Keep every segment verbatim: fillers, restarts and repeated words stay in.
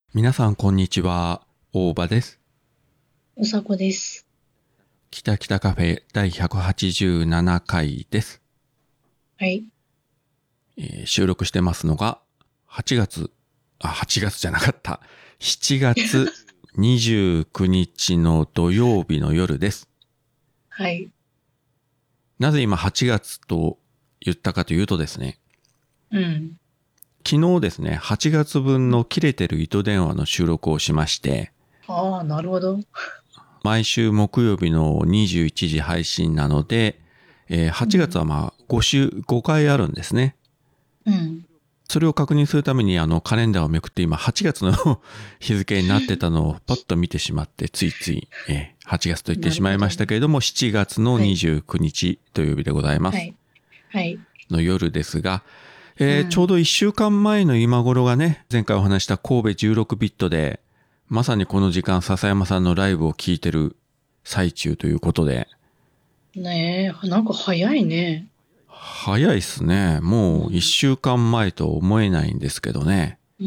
皆さんこんにちは、大場です。 うさこです。 きたきたカフェだいひゃくはちじゅうななかいです、 はい。 えー収録してますのがはちがつ、あ、はちがつじゃなかった。しちがつにじゅうくにちの土曜日の夜です。 はい。 なぜ今はちがつと言ったかというとですね、 うん。 昨日ですね、はちがつぶんの切れてる糸電話の収録をしまして、 ああ、なるほど。 毎週木曜日のにじゅういちじ配信なので、えーはちがつはまあご週、ごかいあるんですね。 うん。 それを確認するためにあのカレンダーをめくって今はちがつの日付になってたのをパッと見てしまってついつい、えーはちがつと言ってしまいまなるほど。 したけれども、しちがつのはい。 にじゅうくにち土曜日でございます。 はい。はい。 の夜ですが、えーちょううん。 どいっしゅうかんまえの今頃がね、前回お話した神戸じゅうろくビットで、まさにこの時間笹山さんのライブを聞いてる最中ということで、 ねえ、なんか早いね。 早いっすね。もう一うん。 週間前と思えないんですけどね。 うん。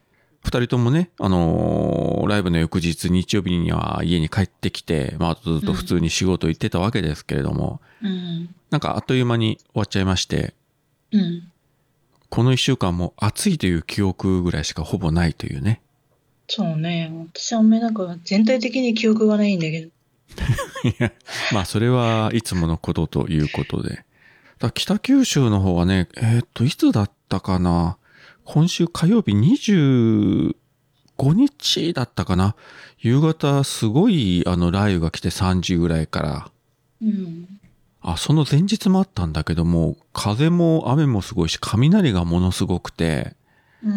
二人ともね、あのーライブの翌日日曜日には家に帰ってきて、まあずっと普通うん。 に仕事行ってたわけですけれども、 うん。 なんかあっという間に終わっちゃいまして、 うん。 この一週間も暑いという記憶ぐらいしかほぼないというね。 そうね。私はあんまりなんか全体的に記憶がないんだけど。 いや、まあそれはいつものことということで。だ北九州の方はね、えーっと、いつだったかな。今週火曜日にじゅうごにちだったかな。夕方すごいあの雷雨が来てさんじぐらいから。 うん。 あ、その前日もあったんだけども、風も雨もすごいし、雷がものすごくて、 うん。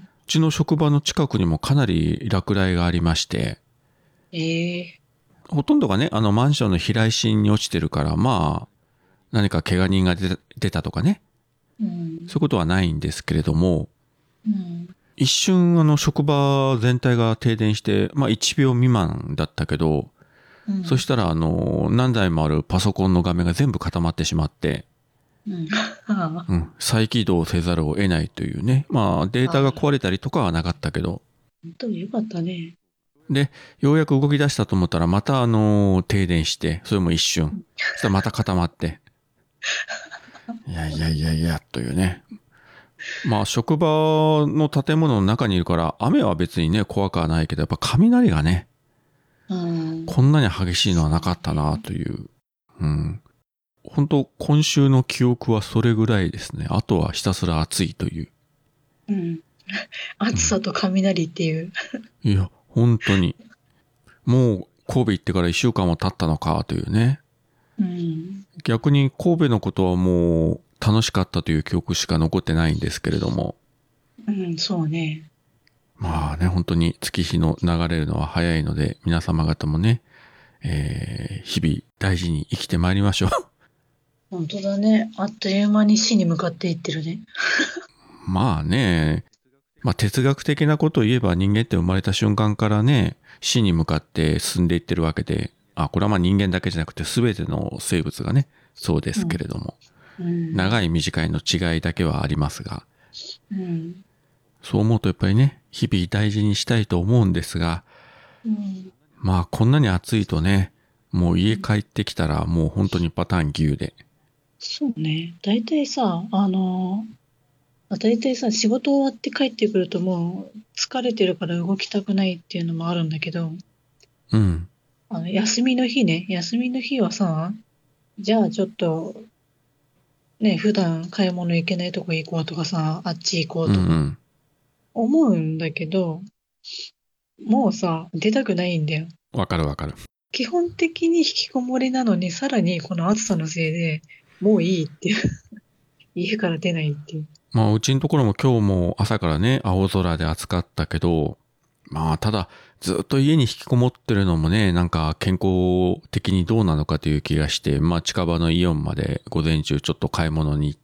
うちの職場の近くにもかなり落雷がありまして、 ええ。 ほとんどがね、あのマンションの避雷針に落ちてるから、まあ、何か怪我人が出た出たとかね、 うん。 そういうことはないんですけれども、 うん。 一瞬あの職場全体が停電して、まあいちびょう未満だったけど、 うん。 そしたらあの何台もあるパソコンの画面が全部固まってしまって、 うん。あうん、再起動せざるを得ないというね。まあデーあ。 タがああ。 壊れたりとかはなかったけど、 本当によかったね。 で、ようやく動き出したと思ったらまたあの停電して、それも一瞬。そしたらまた固まって、いやいやいやいやというね。まあ職場の建物の中にいるから雨は別にね怖くはないけど、やっぱ雷がね、 うん。 こんなに激しいのはなそうかったなね。 という。うん。本当今週の記憶はそれぐらいですね。あとはひたすら暑いという。 うん。 うん。 暑さと雷っていう。 いや、本当に。もう神戸行ってからいっしゅうかんも経ったのかというね。 うん。 逆に神戸のことはもう楽しかったという記憶しか残ってないんですけれども。 うん、そうね。 まあね、本当に月日の流れるのは早いので、皆様方もね、えー、日々大事に生きてまいりましょう。 本当だね。あっという間に死に向かっていってるね。 まあね、まあ哲学的なことを言えば人間って生まれた瞬間からね、死に向かって進んでいってるわけで、あ、これはまあ人間だけじゃなくて全ての生物がね、そうですけれうん。 ども、 うん。 長い短いの違いだけはありますが、 うん。 そう思うとやっぱりね、日々大事にしたいと思うんですが、 うん。 まあこんなに暑いとね、もう家帰ってきたらもう本当にパターン牛で。 そうね。大体さ、あの、あ大体さ、仕事終わって帰ってくるともう疲れてるから動きたくないっていうのもあるんだけど、 うん。 あの、休みの日ね、休みの日はさ、じゃあちょっと、ね、普段買い物行けないとこ行こうとかさ、あっち行こうとかうんうん。 思うんだけど、もうさ、出たくないんだよ。 わかるわかる。 基本的に引きこもりなのに、さらにこの暑さのせいで、もういいっていう、家から出ないっていう。 まあうちのところも今日も朝からね、青空で暑かったけど、まあただずっと家に引きこもってるのもね、なんか健康的にどうなのかという気がして、まあ近場のイオンまで午前中ちょっと買い物に行って、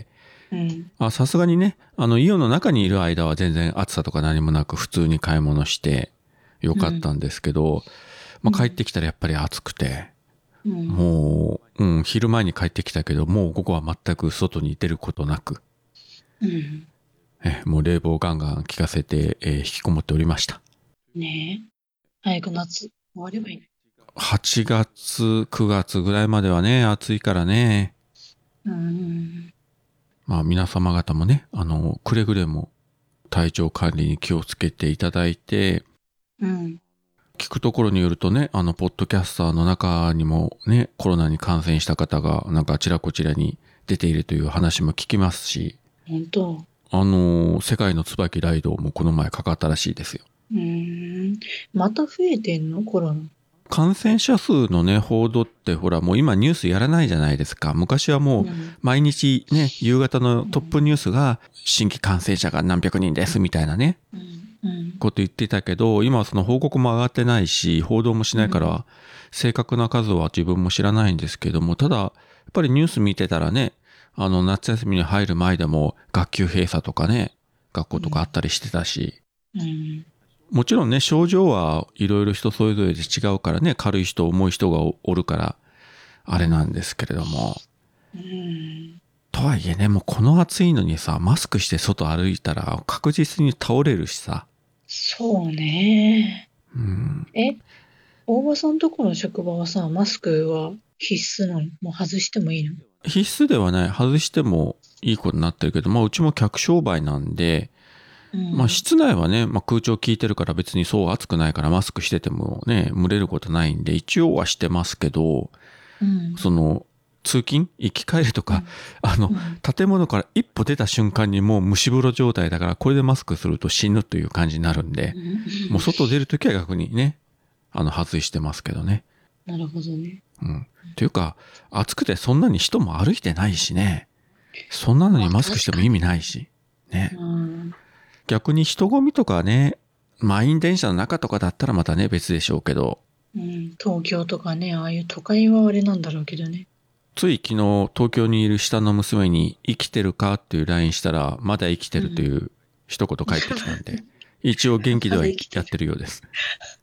うん、 まあさすがにね、あのイオンの中にいる間は全然暑さとか何もなく普通に買い物してようん、 かったんですけど、まあ帰っうん、 てきたらやっぱり暑くて、 うん、 もう、うん、昼前に帰ってきたけど、もう午後は全く外に出ることなく、 うん。 えもう冷房ガンガン効かせて、えー引きこもっておりました。 ねえ。早く夏終わればいいね。 はちがつ、くがつぐらいまではね、暑いからね。 うん。 まあ皆様方もね、あの、くれぐれも体調管理に気をつけていただいて、 うん。 聞くところによるとね、あの、ポッドキャスターの中にもね、コロナに感染した方が、なんかあちらこちらに出ているという話も聞きますし、 本当。 あの、世界の椿ライドもこの前かかったらしいですよ。 うーん。また増えてんのコロナ。 感染者数のね、報道ってほら、もう今ニュースやらないじゃないですか。昔はもううん毎日ね、夕方のトップニュースが新規感染者が何百人ですみたいなね、 うんうんこと言ってたけど、今はその報告も上がってないし、報道もしないから、正確な数は自分も知らないんですけども、ただ、やっぱりニュース見てたらね、あの、夏休みに入る前でも学級閉鎖とかね、学校とかあったりしてたし、 うんもちろんね、症状はいろいろ人それぞれで違うからね、軽い人、重い人がおおるから、あれなんですけれども。 うんとはいえね、もうこの暑いのにさ、マスクして外歩いたら確実に倒れるしさ。 そうね。 うん。 え、大場さんとこの職場はさ、マスクは必須なの？もう外してもいいの？ 必須ではない。外してもいいことになってるけど、まあうちも客商売なんで、 うんまあ室内はね、まあ空調効いてるから別にそう暑くないからマスクしててもね、蒸れることないんで、一応はしてますけど、 うんその、通勤行き帰るとか、あの、 うん建物から一歩出た瞬間にもう蒸し風呂状態だから、これでマスクすると死ぬという感じになるんで、もう外出るときは逆にね、あの、外してますけどね。 なるほどね。 うん。というか、暑くてそんなに人も歩いてないしね。そんなのにマスクしても意味ないし。ね。 うん逆に人混みとかね、満員電車の中とかだったらまたね、別でしょうけど、 うん東京とかね、ああいう都会はあれなんだろうけどね。 つい昨日東京にいる下の娘に生きてるかっていう ライン したら、まだ生きてるという一言返ってきたんで、一応元気ではやってるようです。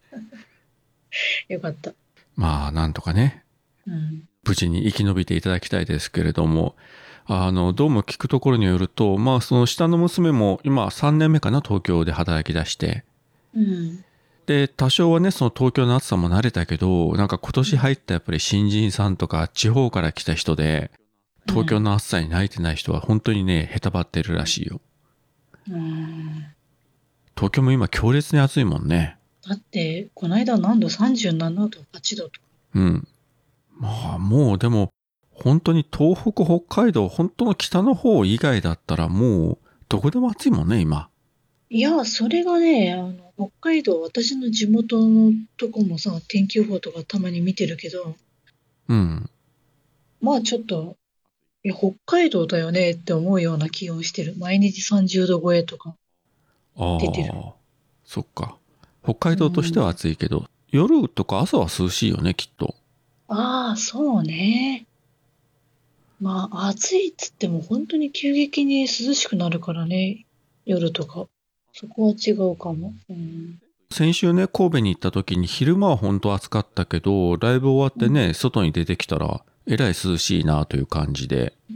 よかった。 まあ、なんとかね、 うん無事に生き延びていただきたいですけれども、あの、どうも聞くところによると、まあ、その下の娘も今さんねんめかな、東京で働き出して。 うんで、多少はね、その東京の暑さも慣れたけど、なんか今年入ったやっぱり新人さんとか地方から来た人で、東京の暑さに慣れてない人は本当にね、へたばってるらしいよ。 うん東京も今強烈に暑いもんね。 だってこの間何度？さんじゅうななど、はちどとか。 うん。まあ、もうでも、本当に東北、北海道、本当の北の方以外だったらもう、どこでも暑いもんね、今。 いや、それがね、あの北海道、私の地元のとこもさ、天気予報とかたまに見てるけど、 うん。 まあちょっと、いや、北海道だよねって思うような気温してる。毎日さんじゅうど超えとかあ出てる。 あ、そっか。北海道としてはうん。 暑いけど、夜とか朝は涼しいよね、きっと。 ああ、そうね。まあ暑いっつっても本当に急激に涼しくなるからね、夜とか。そこは違うかも。うん。 先週ね、神戸に行った時に昼間は本当暑かったけど、ライブ終わってね、外に出てきたら、えらい涼しいなという感じで、 うん。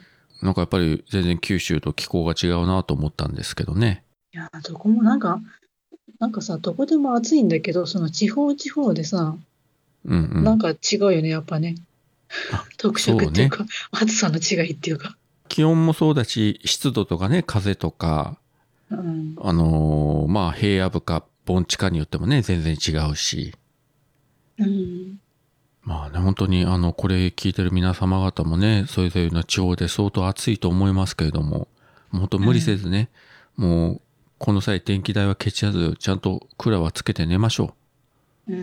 なんかやっぱり全然九州と気候が違うなと思ったんですけどね。 いや、どこもなんか、なんかさ、どこでも暑いんだけど、その地方地方でさ、 うんうん。 なんか違うよね、やっぱね。 あ、 特色そうね。 っていうか、暑さの違いっていうか。 気温もそうだし、湿度とかね、風とか、 うん。 あのーまあ平野部か盆地かによってもね、全然違うし。 うん。 まあね、本当にあの、これ聞いてる皆様方もね、それぞれの地方で相当暑いと思いますけれども、もう本当無理せずね、もう、この際電気代はケチらず、ちゃんとクーラーはつけて寝ましょうん。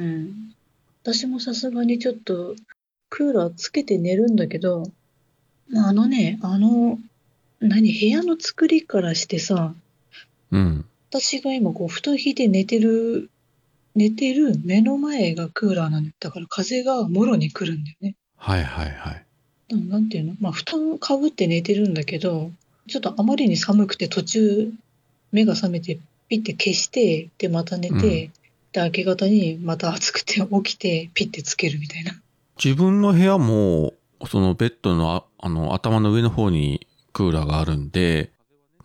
私もさすがにちょっと、クーラーつけて寝るんだけど、あのね、あの、何、部屋の作りからしてさ、 う。うん。 私が今こう、布団引いて寝てる、寝てる目の前がクーラーなのよ。だから風がもろに来るんだよね。 はいはいはい。 ななんていうの、まあ、布団かぶって寝てるんだけど、ちょっとあまりに寒くて途中、目が覚めて、ピッて消して、で、また寝うん。 て、で、明け方にまた暑くて起きて、ピッてつけるみたいな。 自分の部屋も、そのベッドのああの頭の上の方にクーラーがあるんで、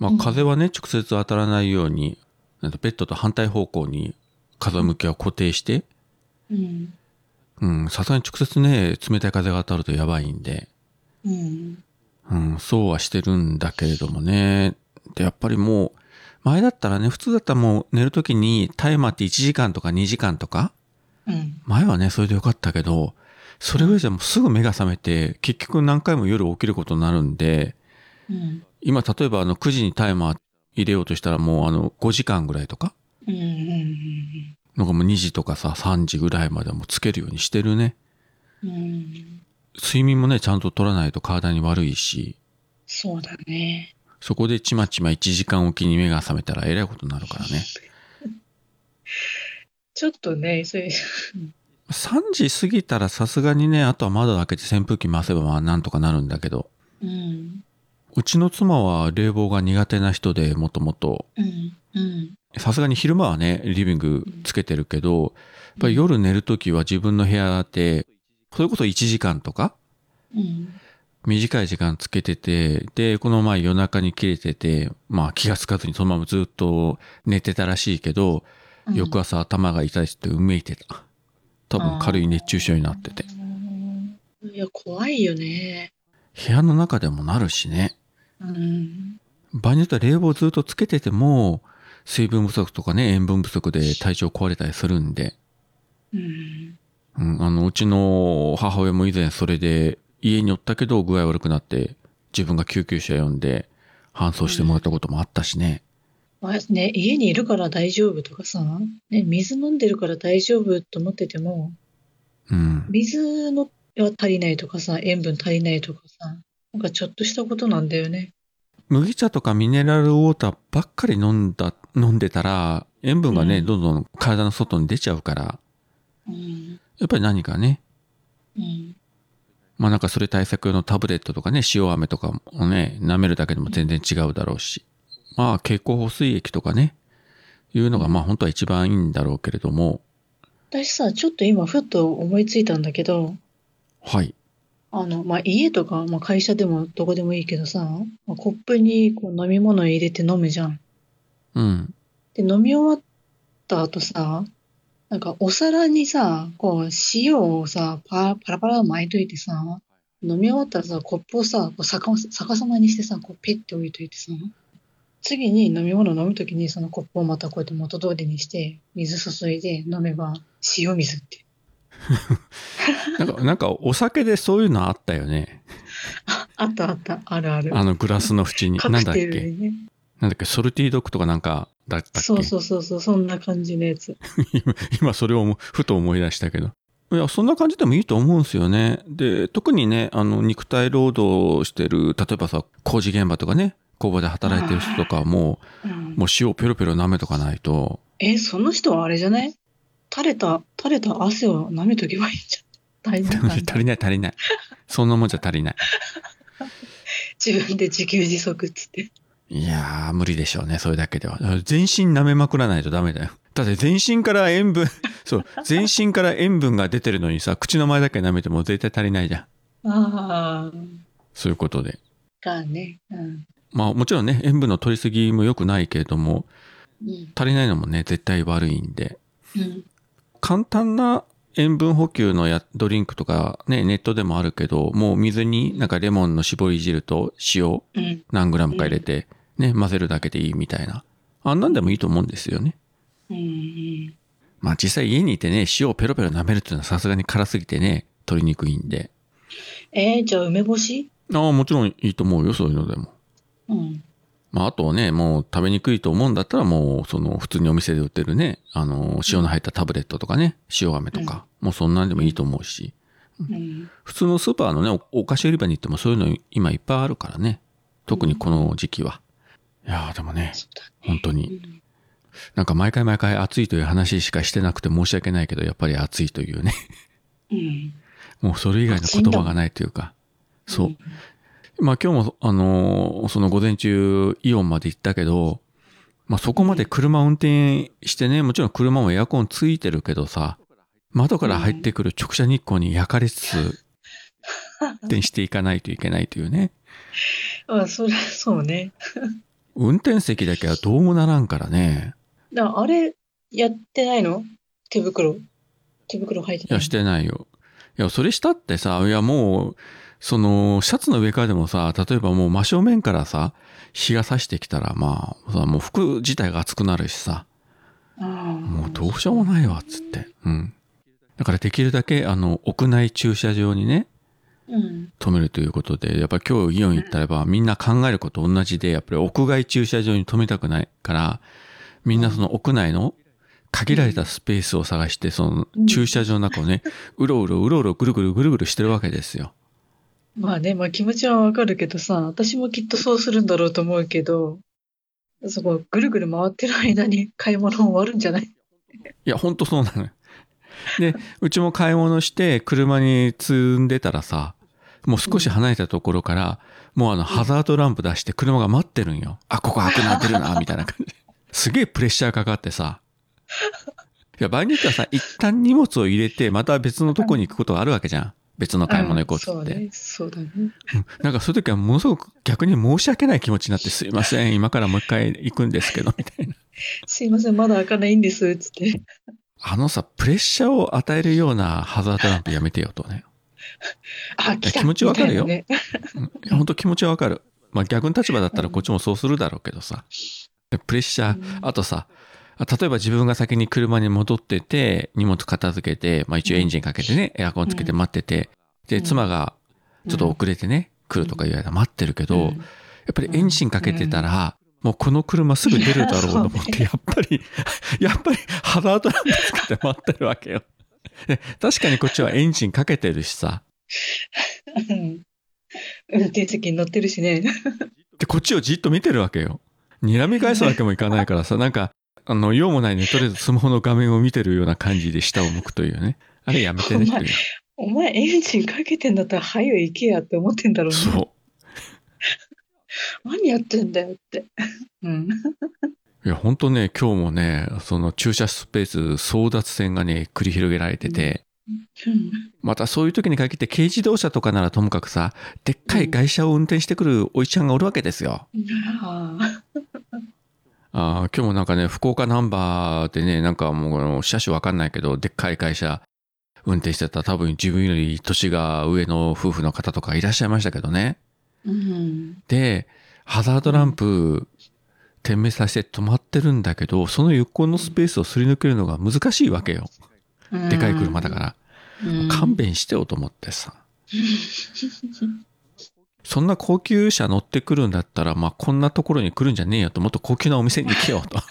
まあ風はね、直接当たらないように、なんとベッドと反対方向に風向きを固定して、 うん。 うん、さすがに直接ね、冷たい風が当たるとやばいんで、 うん。 うん、そうはしてるんだけれどもね。で、やっぱりもう、前だったらね、普通だったらもう寝るときにタイマーっていちじかんとかにじかんとか、 うん。 前はね、それでよかったけど、それぐらいじゃもうすぐ目が覚めて、結局何回も夜起きることになるんで、 うん。 今例えばあのくじにタイマー入れようとしたらもうあのごじかんぐらいとか、 うん。うん。 なんかもうにじとかさ、さんじぐらいまでもつけるようにしてるね。 うん。 睡眠もね、ちゃんと取らないと体に悪いし、 そうだね。 そこでちまちまいちじかんおきに目が覚めたらえらいことになるからね。 ちょっとね、そういう、 さんじ過ぎたらさすがにね、あとは窓開けて扇風機回せばまあなんとかなるんだけど、 うん。 うちの妻は冷房が苦手な人でもともと、 うん。うん。 さすがに昼間はね、リビングつけてるけど、やっぱり夜寝るときは自分の部屋で、それこそいちじかんとか、 うん。 短い時間つけてて、で、この前夜中に切れてて、まあ気がつかずにそのままずっと寝てたらしいけど、 うん。 翌朝頭が痛いってうめいてた。多分軽い熱中症になってて。 うん。いや、怖いよね。 部屋の中でもなるしね。 うん。 場合によっては冷房ずっとつけてても、水分不足とかね、塩分不足で体調壊れたりするんで。 うん。 うん、あの、うちの母親も以前それで家におったけど具合悪くなって自分が救急車呼んで搬送してもらったこともあったしね。 まあね、家にいるから大丈夫とかさ、ね、水飲んでるから大丈夫と思ってても、 うん。 水のは足りないとかさ、塩分足りないとかさ、なんかちょっとしたことなんだよね。 麦茶とかミネラルウォーターばっかり飲んだ、飲んでたら塩分がね、 うん。 どんどん体の外に出ちゃうから、 うん。 やっぱり何かね、 うん。 まあなんかそれ対策用のタブレットとかね、塩飴とかをね、舐めるだけでも全然違うだろうし。まあ経口補水液とかね、いうのがまあ本当は一番いいんだろうけれども、 私さ、ちょっと今ふっと思いついたんだけど、 はい。 あの、まあ、家とか、まあ、会社でもどこでもいいけどさ、まあ、コップにこう飲み物入れて飲むじゃん。 うん。 で、飲み終わった後さ、なんかお皿にさ、こう塩をさ、パラパラパラ巻いといてさ、飲み終わったらさ、コップをさ、こう逆逆さまにしてさ、こうペッて置いといてさ、次に飲み物飲むときにそのコップをまたこうやって元通りにして、水注いで飲めば塩水って。 なんか、なんかお酒でそういうのあったよね。 あったあった、あるある。 あのグラスの縁に。 カクテルなんだっけにね。 なんだっけソルティドッグとかなんかだったっそうけそうそうそう、そんな感じのやつ。 今、今それをふと思い出したけど。いや、そんな感じでもいいと思うんですよね。で、特にね、あの、肉体労働してる、例えばさ、工事現場とかね、工場で働いてる人とかはもうう、 ん。 もう塩をペロペロ舐めとかないと、 え、その人はあれじゃない？垂れた、垂れた汗を舐めとけばいいんじゃん。大丈夫なんだ。 足りない足りない。そんなもんじゃ足りない。 自分で自給自足っつって。 いやー、無理でしょうね、それだけでは。全身舐めまくらないとダメだよ。だって全身から塩分、そう、全身から塩分が出てるのにさ、口の前だけ舐めても絶対足りないじゃん。 ああ、 そういうことで。 かね。うん。 まあもちろんね、塩分の取りすぎも良くないけれども、 うん。 足りないのもね、絶対悪いんで。 うん。 簡単な塩分補給のやドリンクとかね、ネットでもあるけど、もう水になんかレモンの搾り汁と塩うん。 何グラムか入れて、ね、混ぜるだけでいいみたいな。あんなんでもいいと思うんですよね。 うん。 まあ実際家にいてね、塩をペロペロ舐めるっていうのはさすがに辛すぎてね、取りにくいんで。 えー、じゃあ梅干し？ ああ、もちろんいいと思うよ、そういうのでも。 うん。 まああとはね、もう食べにくいと思うんだったらもうその普通にお店で売ってるね、あの、塩の入ったタブレットとかね、塩飴とか、もうそんなんでもいいと思うし。 うん。 普通のスーパーのね、おお菓子売り場に行ってもそういうの今いっぱいあるからね。特にこの時期は。いやーでもね、 そうだね。 本当に。 うん。 なんか毎回毎回暑いという話しかしてなくて申し訳ないけど、やっぱり暑いというね。 うん。 もうそれ以外の言葉がないというか。そう。まあ今日も、あのーその午前中イオンまで行ったけど、まあそこまで車運転してね、もちろん車もエアコンついてるけどさ、窓から入ってくる直射日光に焼かれつつ、運転していかないといけないというね。 あ、それ、そうね。 運転席だけはどうもならんからね。 だからあれ、やってないの？手袋。手袋履いていや、しないの？ てないよ。いや、それしたってさ、いやもう、その、シャツの上からでもさ、例えばもう真正面からさ、日が差してきたら、まあ、さもう服自体が熱くなるしさ、 あもうあ、 どうしようもないわ、つって。うん。だからできるだけ、あの、屋内駐車場にね、 うん。 止めるということで、やっぱり今日イオン行ったらば、みんな考えること同じで、やっぱり屋外駐車場に止めたくないから、みんなその屋内の限られたスペースを探して、その駐車場の中をね、うろうろうろうろぐるぐるぐるぐるしてるわけですよ。 まあね、まあ気持ちはわかるけどさ、私もきっとそうするんだろうと思うけど、そこぐるぐる回ってる間に買い物終わるんじゃない？ いや、ほんとそうなのよ。で、うちも買い物して車に積んでたらさ、もう少し離れたところから、もうあのハザードランプ出して車が待ってるんよ。あ、ここ開くなってるな、みたいな感じ。すげえプレッシャーかかってさ。いや、場合によってはさ、一旦荷物を入れて、また別のとこに行くことがあるわけじゃん。別の買い物行こうっつって。 そうね、そうだね。 うんなんかそういう時はものすごく逆に申し訳ない気持ちになって、すいません、今からもう一回行くんですけど、みたいな。 すいません、まだ開かないんです、つって。 あのさ、プレッシャーを与えるようなハザードランプやめてよとね。 あ、来た気持ちわかるよ。 みたいなね。 うん、いや本当気持ちわかる。まあ逆の立場だったらこっちもそうするだろうけどさ。でプレッシャー、 うんあとさ、例えば自分が先に車に戻ってて、荷物片付けて、まあ一応エンジンかけてね、エアコンつけて待ってて、で、妻がちょっと遅れてね、来るとか言われたら待ってるけど、やっぱりエンジンかけてたら、もうこの車すぐ出るだろうと思って、やっぱり、やっぱりハザードランプつけて待ってるわけよ。で確かにこっちはエンジンかけてるしさ。 うん運転席に乗ってるしね。 で、こっちをじっと見てるわけよ。睨み返すわけもいかないからさ、なんか、あの、用もないね、とりあえずスマホの画面を見てるような感じで下を向くというね。あれやめてねっていう。 お前エンジンかけてんだったら早よ行けやって思ってんだろうね。 そう。 何やってんだよって。うん。 いや、ほんとね、今日もね、その駐車スペース争奪戦がね、繰り広げられてて、 うんまたそういう時に限って軽自動車とかならともかくさ、でっかい外車を運転してくるおいちゃんがおるわけですよ。 あああー今日もなんかね、福岡ナンバーでね、なんかもう車種わかんないけど、でっかい会社運転してた多分自分より年が上の夫婦の方とかいらっしゃいましたけどね。 うんで、ハザードランプ点滅させて止まってるんだけど、その横のスペースをすり抜けるのが難しいわけよ。でかい車だから。 うん勘弁してよと思ってさ。そんな高級車乗ってくるんだったら、まあこんなところに来るんじゃねえよと、もっと高級なお店に行けよと。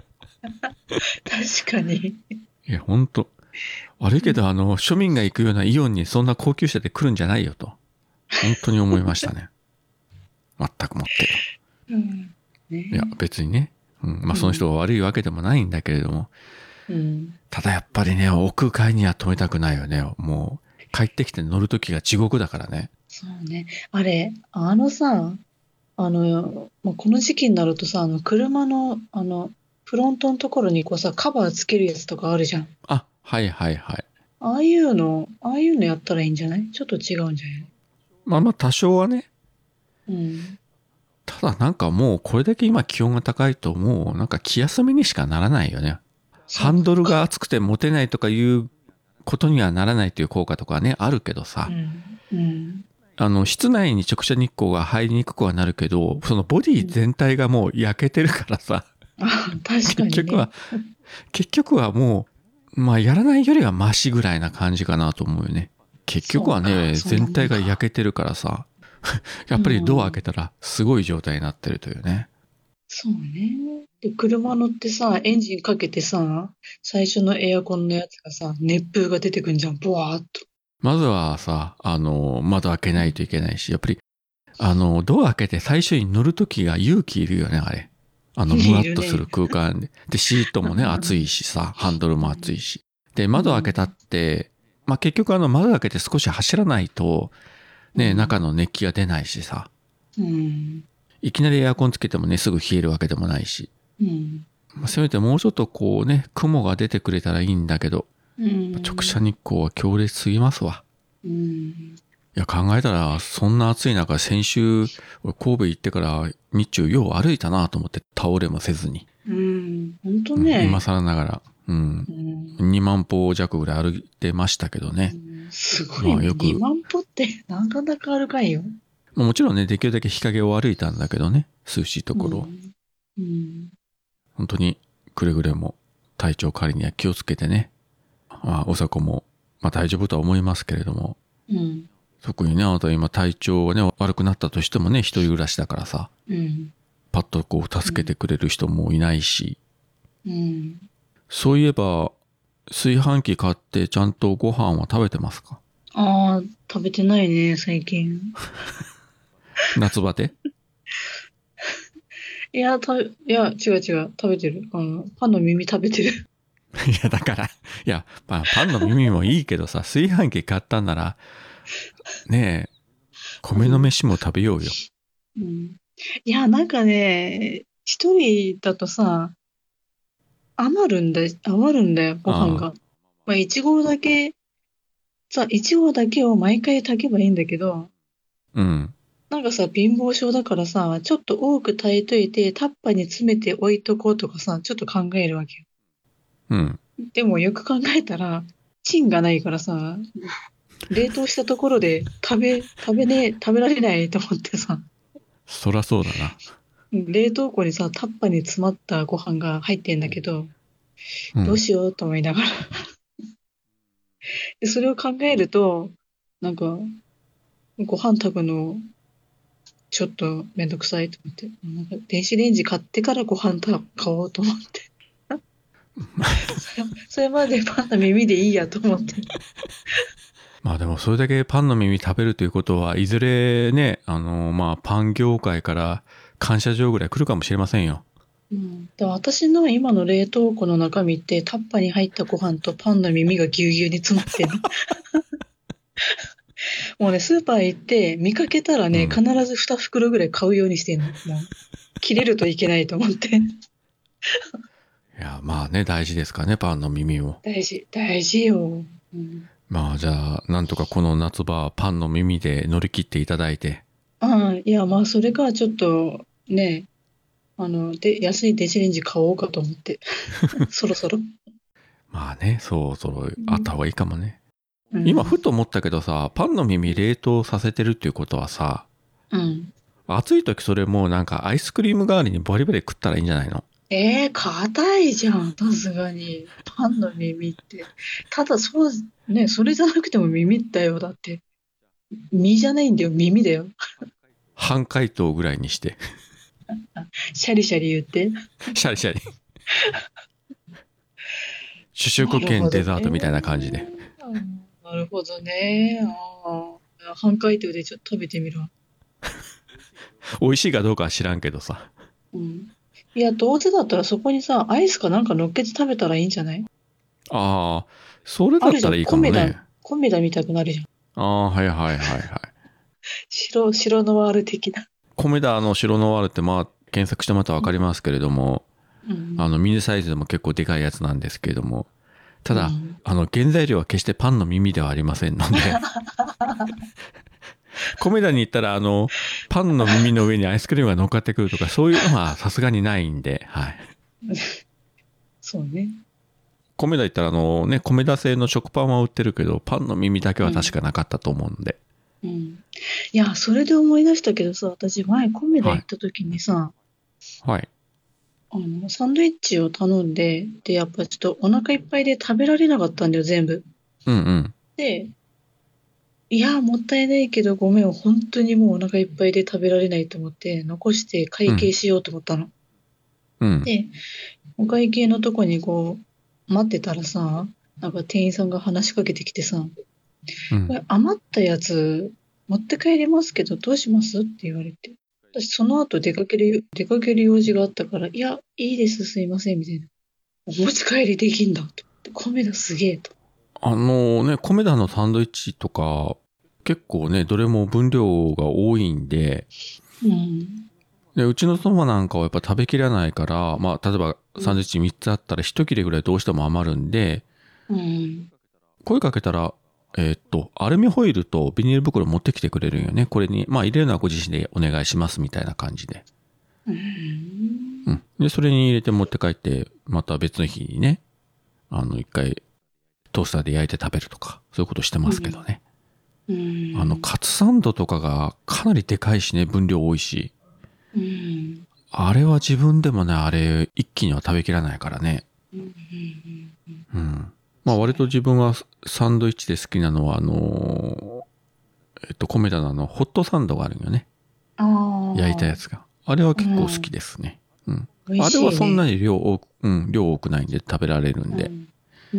確かに。 いや、ほんと。悪いけど、あの、庶民が行くようなイオンにそんな高級車で来るんじゃないよと。本当に思いましたね。全くもってよ。 うんねいや、別にね。うん、まあその人が悪いわけでもないんだけれども。 うんただやっぱりね、屋外には止めたくないよね。もう、帰ってきて乗るときが地獄だからね。 そうね。あれ、あのさ、あの、まあこの時期になるとさ、あの、車の、あの、フロントのところにこうさ、カバーつけるやつとかあるじゃん。 あ、はいはいはい。 ああいうの、ああいうのやったらいいんじゃない？ちょっと違うんじゃない？ まあまあ多少はね。 うん。 ただなんかもうこれだけ今気温が高いともうなんか気休めにしかならないよね。ハンドルが熱くて持てないとかいうことにはならないという効果とかはね、あるけどさ。 うん。うん。 あの、室内に直射日光が入りにくくはなるけど、そのボディ全体がもう焼けてるからさ。 あ、確かにね。 結局は、結局はもう、まあやらないよりはマシぐらいな感じかなと思うよね。結局はね、 そうかそうなんだ全体が焼けてるからさ。やっぱりドア開けたらすごい状態になってるというね。 そうね。で、車乗ってさ、エンジンかけてさ、最初のエアコンのやつがさ、熱風が出てくんじゃん、ブワーっと。 まずはさ、あの、窓開けないといけないし、やっぱり、あの、ドア開けて最初に乗るときが勇気いるよね、あれ。あの、 いるねムワッとする空間で。で、シートもね、暑いしさ、ハンドルも暑いし。で、窓開けたって、まあ、結局あの、窓開けて少し走らないと、ね、 うん中の熱気が出ないしさ。 うん。 いきなりエアコンつけてもね、すぐ冷えるわけでもないし。 うん。 まあせめてもうちょっとこうね、雲が出てくれたらいいんだけど、 うん。 直射日光は強烈すぎますわ。 うん。 や、考えたら、そんな暑い中、先週、俺神戸行ってから日中よう歩いたなと思って、倒れもせずに。 うん、ほんとうん、今ね。 更ながら、うん。 うん、 にまん歩弱ぐらい歩いてましたけどうね。 んすごいね。 まあよく、 にまん歩ってなかなか歩かんよ。 まあもちろんね、できるだけ日陰を歩いたんだけどね。涼しいところを。 うん。うん。 本当に、くれぐれも体調管理には気をつけてね。まあ、おさこも、まあ大丈夫とは思いますけれども。 うん。 特にね、あなた今体調がね、悪くなったとしてもね、一人暮らしだからさ、 うん。 パッとこう助けてくれる人もいないし、 うん。 そういえば、炊飯器買ってちゃんとご飯は食べてますか？ ああ、食べてないね、最近。 夏バテいや、た、いや、違う違う。食べてる。あの、パンの耳食べてる。 いや、だから、いや、まあ、パンの耳もいいけどさ、炊飯器買ったんなら、ねえ、米の飯も食べようよ。 うん。いや、なんかね、一人だとさ、余るんだ、余るんだよ、ご飯あが。まあ、一合だけ、さ、一合だけを毎回炊けばいいんだけど、 あ、うん。 なんかさ、貧乏症だからさ、ちょっと多く炊いといて、タッパーに詰めて置いとこうとかさ、ちょっと考えるわけよ。 うん。 でもよく考えたら、チンがないからさ、冷凍したところで食べ、食べね、食べられないと思ってさ、 そらそうだな。 冷凍庫にさ、タッパーに詰まったご飯が入ってんだけど、どううん。 しようと思いながら。で、それを考えると、なんか、ご飯炊くの、ちょっとめんどくさいと思って、なんか電子レンジ買ってからご飯た買おうと思って。それそれまでパンの耳でいいやと思って。 まあでもそれだけパンの耳食べるということは、いずれね、あの、まあパン業界から感謝状ぐらい来るかもしれませんよ。 うん、で私の今の冷凍庫の中身ってタッパーに入ったご飯とパンの耳がぎゅうぎゅうに詰まってるの。もうね、スーパー行って見かけたらね、 うん。 必ずに袋ぐらい買うようにしてんの。もう、切れるといけないと思って。 いや、まあね、大事ですからね、パンの耳も。 大事、大事よ。うん、 まあじゃあ、なんとかこの夏場はパンの耳で乗り切っていただいて。 ああ、いや、まあ、それかちょっと、ね、あの、で、安い電子レンジ買おうかと思って。そろそろ。 まあね、そうそう、あった方がいいかもね。 うん。 今、ふと思ったけどさ、パンの耳冷凍させてるっていうことはさ、 うん。 暑い時それもうなんかアイスクリーム代わりにバリバリ食ったらいいんじゃないの？ ええー、硬いじゃん、さすがに。パンの耳って。ただ、そう、ね、それじゃなくても耳だよ、だって。身じゃないんだよ、耳だよ。 半解凍ぐらいにして。 シャリシャリ言って。 シャリシャリ。主な食兼るほどデザートみたいな感じね。 で。 うんなるほどね。ああ。半解凍でちょっと食べてみるわ。 美味しいかどうかは知らんけどさ。 うん。いや、どうせだったらそこにさ、アイスかなんか乗っけて食べたらいいんじゃない？ ああ、それだあるじゃん。 ったらいいかコメダ、 もね。 コメダ見たくなるじゃん。 ああ、はいはいはいはい。 白、白ノワール的な。 米田の白ノワールってまあ検索してもらったらわかりますけれども、 うん。 あのミニサイズでも結構でかいやつなんですけれども、ただ、 うん。 あの原材料は決してパンの耳ではありませんので、米田に行ったらあのパンの耳の上にアイスクリームが乗っかってくるとかそういうのはさすがにないんで、はい。 そうね。 米田行ったらあのね、米田製の食パンは売ってるけど、パンの耳だけは確うん。 かなかったと思うんで、 うん。いや、それで思い出したけどさ、私前コメダはい。 行った時にさ、 はい。 あの、サンドイッチを頼んで、で、やっぱちょっとお腹いっぱいで食べられなかったんだよ、全部。 うんうん。 で、いや、もったいないけどごめん、本当にもうお腹いっぱいで食べられないと思って、残して会計うん。 しようと思ったの。 うん。 で、お会計のとこにこう、待ってたらさ、なんか店員さんが話しかけてきてさ、 うん。 これ余ったやつ持って帰りますけどどうしますって言われて。私その後出かける、出かける用事があったから、いや、いいです、すいません、みたいな。お持ち帰りできんだと思って。米田すげえと。 あのね、米田のサンドイッチとか、結構ね、どれも分量が多いんで、 うん。 で、うちの妻なんかはやっぱ食べきらないから、まあ、例えばサンドイッチみっつあったらいち切れぐらいどうしても余るんで、 うん。 声かけたら、 えーっと、アルミホイルとビニール袋持ってきてくれるんよね。これに、まあ入れるのはご自身でお願いしますみたいな感じで。 うん。 うん。で、それに入れて持って帰って、また別の日にね、あの、一回、トースターで焼いて食べるとか、そういうことしてますけどね。 うん。 あの、カツサンドとかがかなりでかいしね、分量多いし。 うん。 あれは自分でもね、あれ、一気には食べきらないからね。 うん。 うん。まあ割と自分はサンドイッチで好きなのは、あのー、えっと、米田のあの、ホットサンドがあるんよね。 ああ。 焼いたやつが。あれは結構好きですね。うん。あ美味しいね。 れはそんなに量多く、うん、量多くないんで食べられるんで。 うん。うん。 うん。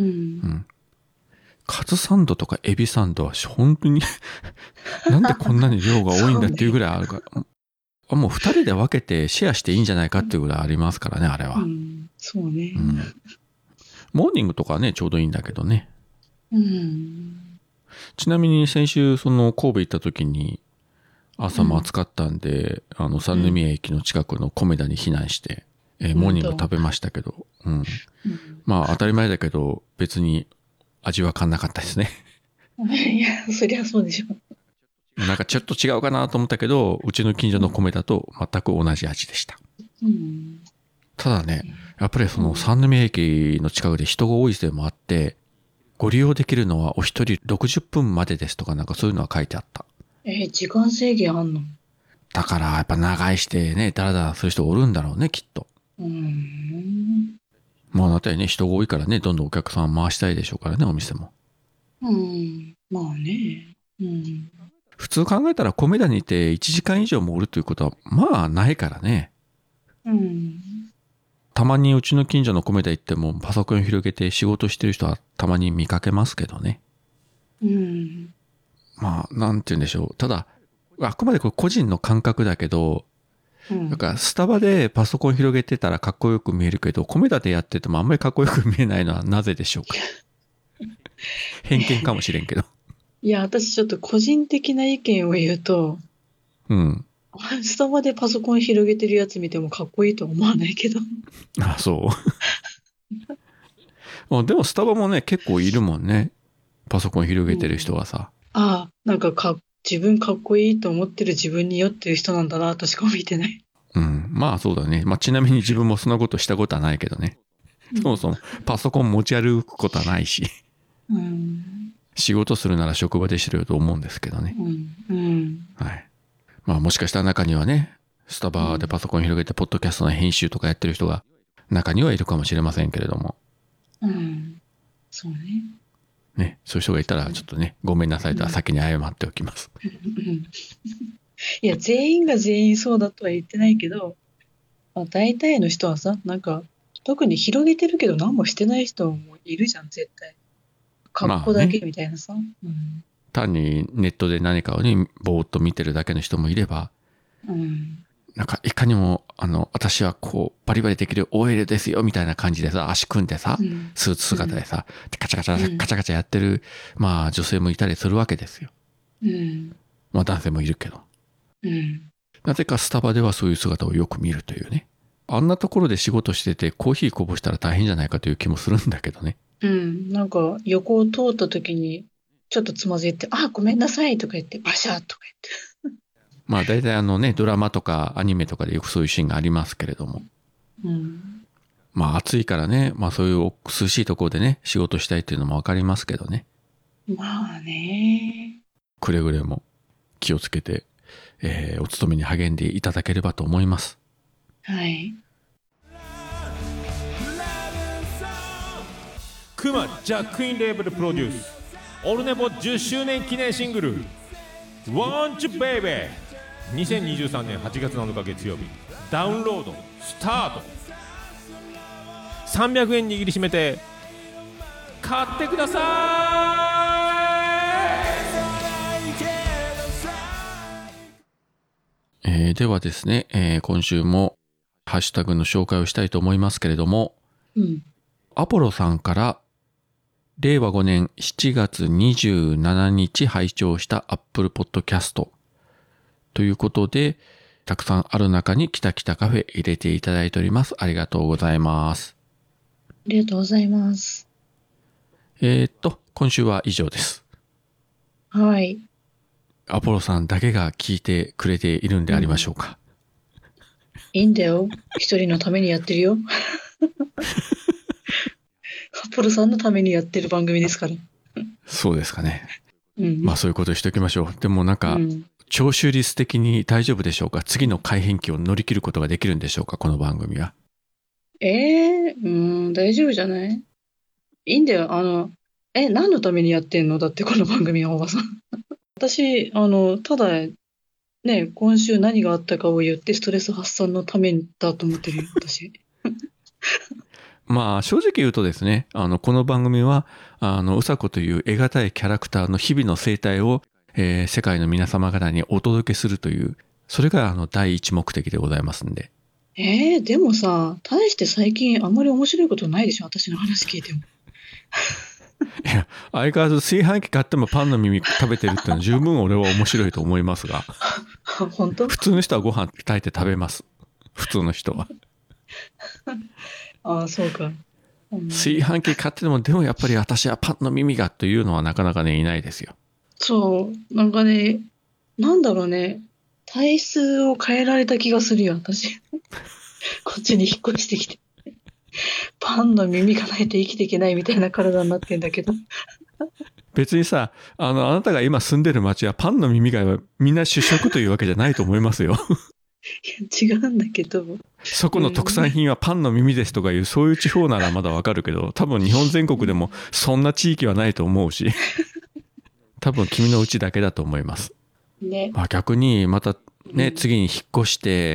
カツサンドとかエビサンドは本当になんでこんなに量が多いんだっていうぐらいあるから。もう二人で分けてシェアしていいんじゃないかっていうぐらいありますからね、あれは。 うん。そうね。 うん。モーニングとかはね、ちょうどいいんだけどね。 うん。 ちなみに先週、その神戸行った時に、朝も暑かったんで、うん、あの、三宮駅の近くの米田に避難して、えー、モーニング食べましたけど、うん。うん、まあ、当たり前だけど、別に味は変わんなかったですね。 いや、そりゃそうでしょ。 なんかちょっと違うかなと思ったけど、うちの近所の米田と全く同じ味でした。 うん、 ただね、やっぱりその三宮駅の近くで人が多いせいもあって、ご利用できるのはお一人ろくじゅっぷんまでですとかなんかそういうのは書いてあった。 えー、時間制限あんの？ だからやっぱ長居してね、だらだらする人おるんだろうね、きっと。 うん。 まあだってね、人が多いからね、どんどんお客さん回したいでしょうからね、お店も。 うん。まあね。うん。 普通考えたら米田にいていちじかん以上もおるということは、まあないからね。 うん。 たまにうちの近所の米田行ってもパソコン広げて仕事してる人はたまに見かけますけどね。 うん。 まあ、なんて言うんでしょう。ただ、あくまでこれ個人の感覚だけど、 うん、 なんかスタバでパソコン広げてたらかっこよく見えるけど、米田でやっててもあんまりかっこよく見えないのはなぜでしょうか。偏見かもしれんけど。 いや、私ちょっと個人的な意見を言うと、 うん。 スタバでパソコン広げてるやつ見てもかっこいいとは思わないけど。 あ、そう。でもスタバもね、結構いるもんね。パソコン広げてる人がさ。 うん、ああ、なんかか、自分かっこいいと思ってる自分に酔ってる人なんだなとしか見てない。 うん。まあそうだね。まあちなみに自分もそんなことしたことはないけどね。うん、そもそもパソコン持ち歩くことはないし。 うん、 仕事するなら職場でしろよと思うんですけどね。 うんうん、 はい。まあもしかしたら中にはね、スタバでパソコン広げてポッドキャストの編集とかやってる人が中にはいるかもしれませんけれども。 うん。そうね。 ね、そういう人がいたらちょっとね、ごめんなさいとは先に謝っておきます。 うん、いや、全員が全員そうだとは言ってないけど、まあ、大体の人はさ、なんか、特に広げてるけど何もしてない人もいるじゃん、絶対。格好だけみたいなさ。まあね、うん、 単にネットで何かをね、ぼーっと見てるだけの人もいれば、 うん、 なんかいかにも、あの、私はこう、バリバリできる オーエル ですよ、みたいな感じでさ、足組んでさ、うん、スーツ姿でさ、うん、カチャカチャ、カチャカチャやってる、まあ女性もいたりするわけですよ。うん、まあ男性もいるけど。うん、なぜかスタバではそういう姿をよく見るというね。あんなところで仕事しててコーヒーこぼしたら大変じゃないかという気もするんだけどね。 うん、なんか横を通った時にちょっとつまずいて、あ、ごめんなさいとか言って、バシャーとか言って。 まあ大体あのね、ドラマとかアニメとかでよくそういうシーンがありますけれども。うん、まあ暑いからね、まあそういう涼しいところでね、仕事したいっていうのもわかりますけどね。 まあね。 くれぐれも気をつけて、えー、お勤めに励んでいただければと思います。 はい。 クマジャックインレーベルプロデュースオルネポじゅっしゅうねん記念シングル「Want You Baby」にせんにじゅうさんねんはちがつなのか月曜日ダウンロードスタート。さんびゃくえん握りしめて買ってください。えー、ではですね、えー、今週もハッシュタグの紹介をしたいと思いますけれども、うん、アポロさんかられいわごねんしちがつにじゅうしちにち拝聴した Apple Podcast ということで、たくさんある中にキタキタカフェ入れていただいております。ありがとうございます。 ありがとうございます。 えー、っと、今週は以上です。 はい。 アポロさんだけが聞いてくれているんでありましょうか。 いいんだよ。一人のためにやってるよ。アポロさんのためにやってる番組ですから。 そうですかね。 うん。 まあそういうことにしておきましょう。でもなんか、 うん。 聴取率的に大丈夫でしょうか。次の改変期を乗り切ることができるんでしょうか、この番組は。 ええー、うん、大丈夫じゃない？いいんだよ。あの、え、何のためにやってんの？だってこの番組はおばさん。私、あの、ただ、ね、今週何があったかを言ってストレス発散のためだと思ってるよ、私。 まあ正直言うとですね、あの、この番組は、あの、うさこという得難いキャラクターの日々の生態を、えー世界の皆様方にお届けするという、それがあの第一目的でございますんで。 えー、でもさ、大して最近あんまり面白いことないでしょ、私の話聞いても。 いや、相変わらず炊飯器買ってもパンの耳食べてるっていうのは十分俺は面白いと思いますが、 本当？ 普通の人はご飯炊いて食べます。普通の人は。 ああ、そうか。うん、 炊飯器買ってても、でもやっぱり私はパンの耳がというのはなかなかね、いないですよ。 そう、なんかね、なんだろうね、体質を変えられた気がするよ、私。こっちに引っ越してきて。パンの耳がないと生きていけないみたいな体になってんだけど。い別にさ、あの、あなたが今住んでる町はパンの耳がみんな主食というわけじゃないと思いますよ。 や違うんだけど。 そこの特うん、 産品はパンの耳ですとかいうそういう地方ならまだわかるけど、多分日本全国でもそんな地域はないと思うし、多分君のうちだけだと思います。 ね。 まあ逆にまたね、 うん、 次に引っ越して、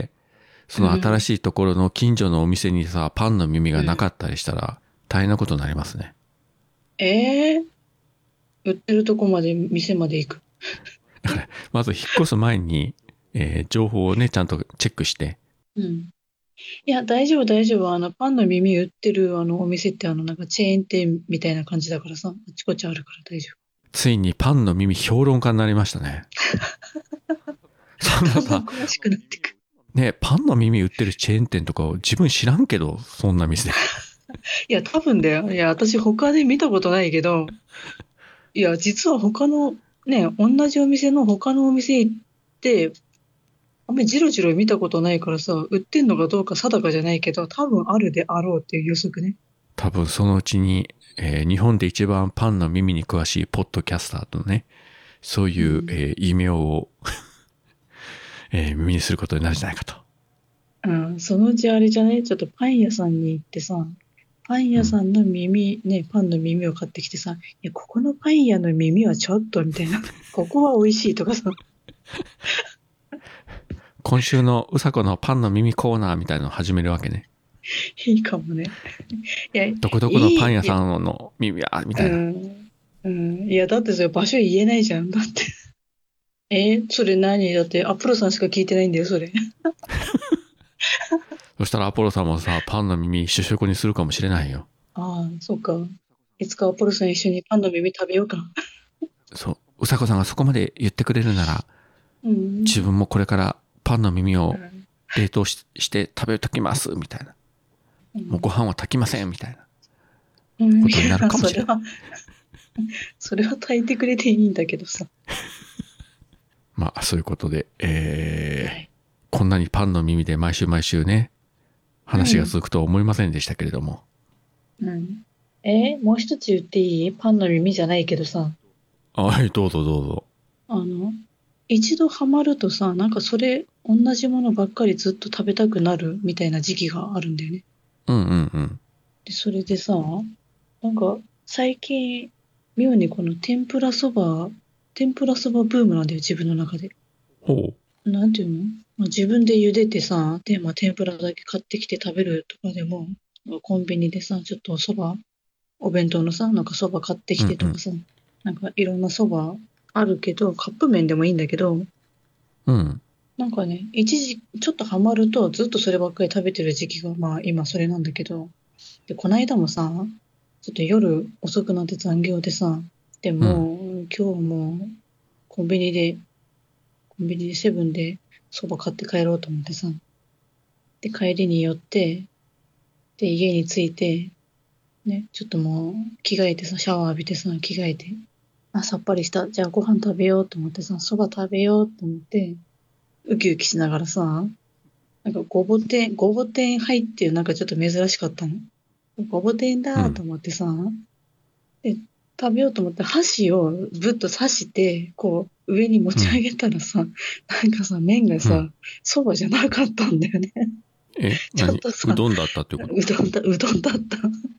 その新うん、 しいところの近所のお店にさ、パンの耳がなかうん。 ったりしたら大変なことになりますね。 えー、売ってるとこまで、店まで行く。 まず引っ越す前に、えー情報をね、ちゃんとチェックして、 うん。いや、大丈夫、大丈夫。あの、パンの耳売ってるあのお店って、あの、なんかチェーン店みたいな感じだからさ、あちこちあるから大丈ついにパンの耳評論家になりましたね。そんな夫。だんさ、 だん詳しくなってく。 ね、パンの耳売ってるチェーン店とかを自分知らんけど、そんな店。 いや、多分だよ。いや、私他で見たことないけど、いや、実は他の、ね、同じお店の他のお店行って、あんまりジロジロ見たことないからさ、売ってんのかどうか定かじゃないけど、多分あるであろうっていう予測ね。 多分そのうちに、えー日本で一番パンの耳に詳しいポッドキャスターとね、そういう、 うん。 えー異名を、えー耳にすることになるんじゃないかと。 うん、そのうちあれじゃね、ちょっとパン屋さんに行ってさ、パン屋さんの耳、ね、パンの耳を買ってきてさ、いや、ここのパン屋の耳はちょっと、みたいな。ここは美味しいとかさ。 今週のうさこのパンの耳コーナーみたいなのを始めるわけね。 いいかもね。いや、いどこどこのパンい、いや、 屋さんの耳や、みたういな。 ん、うん。いや、だってそれ場所言えないじゃん。だって。えーそれ何？だって、アプロさんしか聞いてないんだよ、それ。 そしたらアポロさんもさ、パンの耳主食にするかもしれないよ。 ああ、そうか。いつかアポロさん一緒にパンの耳食べようか。 そう。うさこさんがそこまで言ってくれるなら、 うん。 自分もこれからパンの耳をうん。 冷凍しして食べときます、みたいな。もうごうん。 飯は炊きません、みたいなうん、いことになるや、 かもしれない。 それは、それは炊いてくれていいんだけどさ。 まあ、そういうことで、えー、 はい。 こんなにパンの耳で毎週毎週ね、話がうん。 続くとは思いませんでしたけれども。 うん。えーもう一つ言っていい？パンの耳じゃないけどさ、 はい、どうぞどうぞ。 あの、一度ハマるとさ、なんかそれ、同じものばっかりずっと食べたくなるみたいな時期があるんだよね。 うんうんうん。 で、それでさ、なんか最近、妙にこの天ぷらそば、天ぷらそばブームなんだよ、自分の中で。 ほなんていうの？まあ、自分で茹でてさ、で、まあ、天ぷらだけ買ってきて食べるとかでも、コンビニでさ、ちょっとそば、お弁当のさ、なんかそば買ってきう。うんうん。 てとかさ、なんかいろんなそばあるけど、カップ麺でもいいんだけど、 うん。 なんかね、一時、ちょっとハマるとずっとそればっかり食べてる時期が、まあ今それなんだけど、で、この間もさ、ちょっと夜遅くなって残業でさ、でうん。 もう今日はもうコンビニで、コンビニでセブンでそば買って帰ろうと思ってさ、で、帰りに寄って、で、家に着いて、ね、ちょっともう着替えてさ、シャワー浴びてさ、着替えて、 あ、さっぱりした。じゃあご飯食べようと思ってさ、そば食べようと思って、ウキウキしながらさ、なんかごぼ天、ごぼ天入ってるなんかちょっと珍しかったの。ごぼ天だと思ってさ、で、食べようと思って箸をぶっと刺して、こう、上に持ち上げたらさ、なんかさ、麺がさ、 うんそばじゃなかったんだよね。 え、 ちょっ何とさうどんだったってこと？ うどんだ、うどんだった。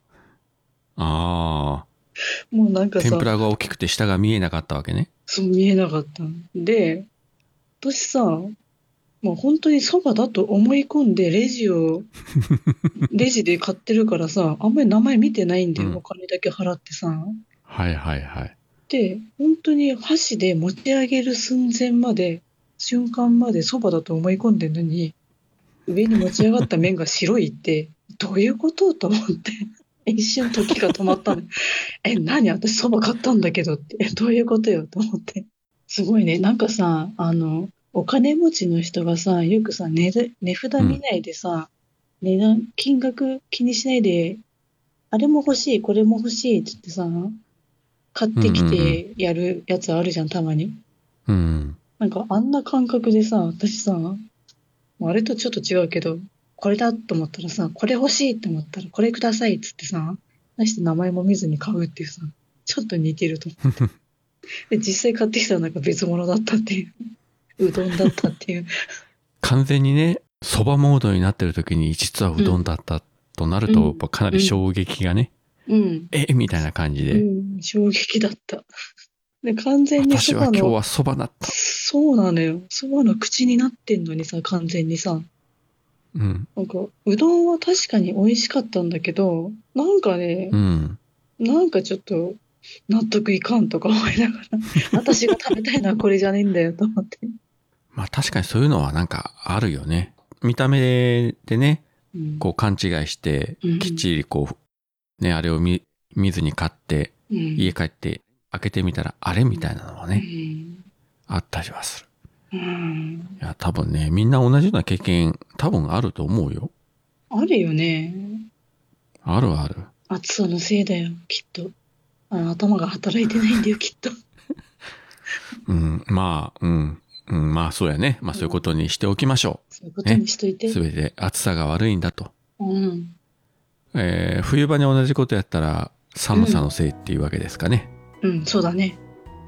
ああ、 もうなんかさ、 天ぷらが大きくて下が見えなかったわけね。 そう見えなかった。で、私さ、もう本当にそばだと思い込んでレジを、レジで買ってるからさ、あんまり名前見てないんだよ。 うんお金だけ払ってさ。 はいはいはい。 で、本当に箸で持ち上げる寸前まで、瞬間までそばだと思い込んでるのに、上に持ち上がった麺が白いって、どういうことと思って、一瞬時が止まったの。え、何私そば買ったんだけどって、え、どういうことよと思って。すごいね。なんかさ、あの、お金持ちの人がさ、よくさ、値段値札見ないでさ、値段、金額気にしないで、あれも欲しい、これも欲しいって言ってさ、買ってきてやるやつあるじゃん、たまに。 うん。 なんかあんな感覚でさ、私さ、もうあれとちょっと違うけど、これだと思ったらさ、これ欲しいって思ったら、これくださいっつってさ、出して名前も見ずに買うっていうさ、ちょっと似てると思って。で、実際買ってきたらなんか別物だったっていう。うどんだったっていう。 完全にね、そばモードになってる時に実はうどんだったとなると、 うんやっぱかなり衝撃がね、 うん。 えみたいな感じうで、 ん、衝撃だった。で、完全にそ私はばの、 今日はそばだった。 そうなのよ。そばの口になってんのにさ、完全にさ。 うん。 なんか、うどんは確かに美味しかったんだけど、なんかねう、ん。 なんかちょっと納得いかんとか思いながら、私が食べたいのはこれじゃねえんだよと思って。 まあ確かにそういうのはなんかあるよね。見た目でね、 うん。 こう勘違いしてうん、 きっちりこう、ね、あれを見、見ずに買って、 うん、 家帰って開けてみたら、あれみたいなのはうね、 ん。 あったりはする。 うん。 いや、多分ね、みんな同じような経験、多分あると思うよ。 あるよね。 あるある。 暑さのせいだよ、きっと。あの頭が働いてないんだよ、きっと。 うん、まあ、うん、うん、まあそうやね。まあそういうことにしておきましょそういうことにしといて。 う。すべて暑さが悪いんだと。 うん。 えー冬場に同じことやったら寒さのせいっていうわけですかね。 うん、そうだね。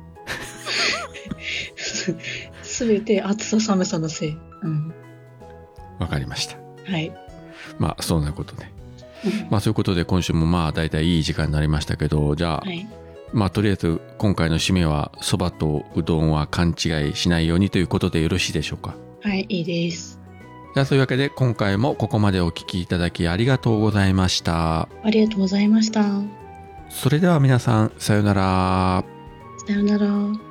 すべて暑さ寒さのせい。うん。 わかりました。 はい。 まあそんなことで。 うんまあそういうことで今週もまあ大体いい時間になりましたけど、じゃあ、 はい。 まあとりあえず今回の締めはそばとうどんは勘違いしないようにということでよろしいでしょうか。 はい、いいです。 じゃあそういうわけで今回もここまでお聞きいただきありがとうございました。 ありがとうございました。 それでは皆さんさようなら。 さようなら。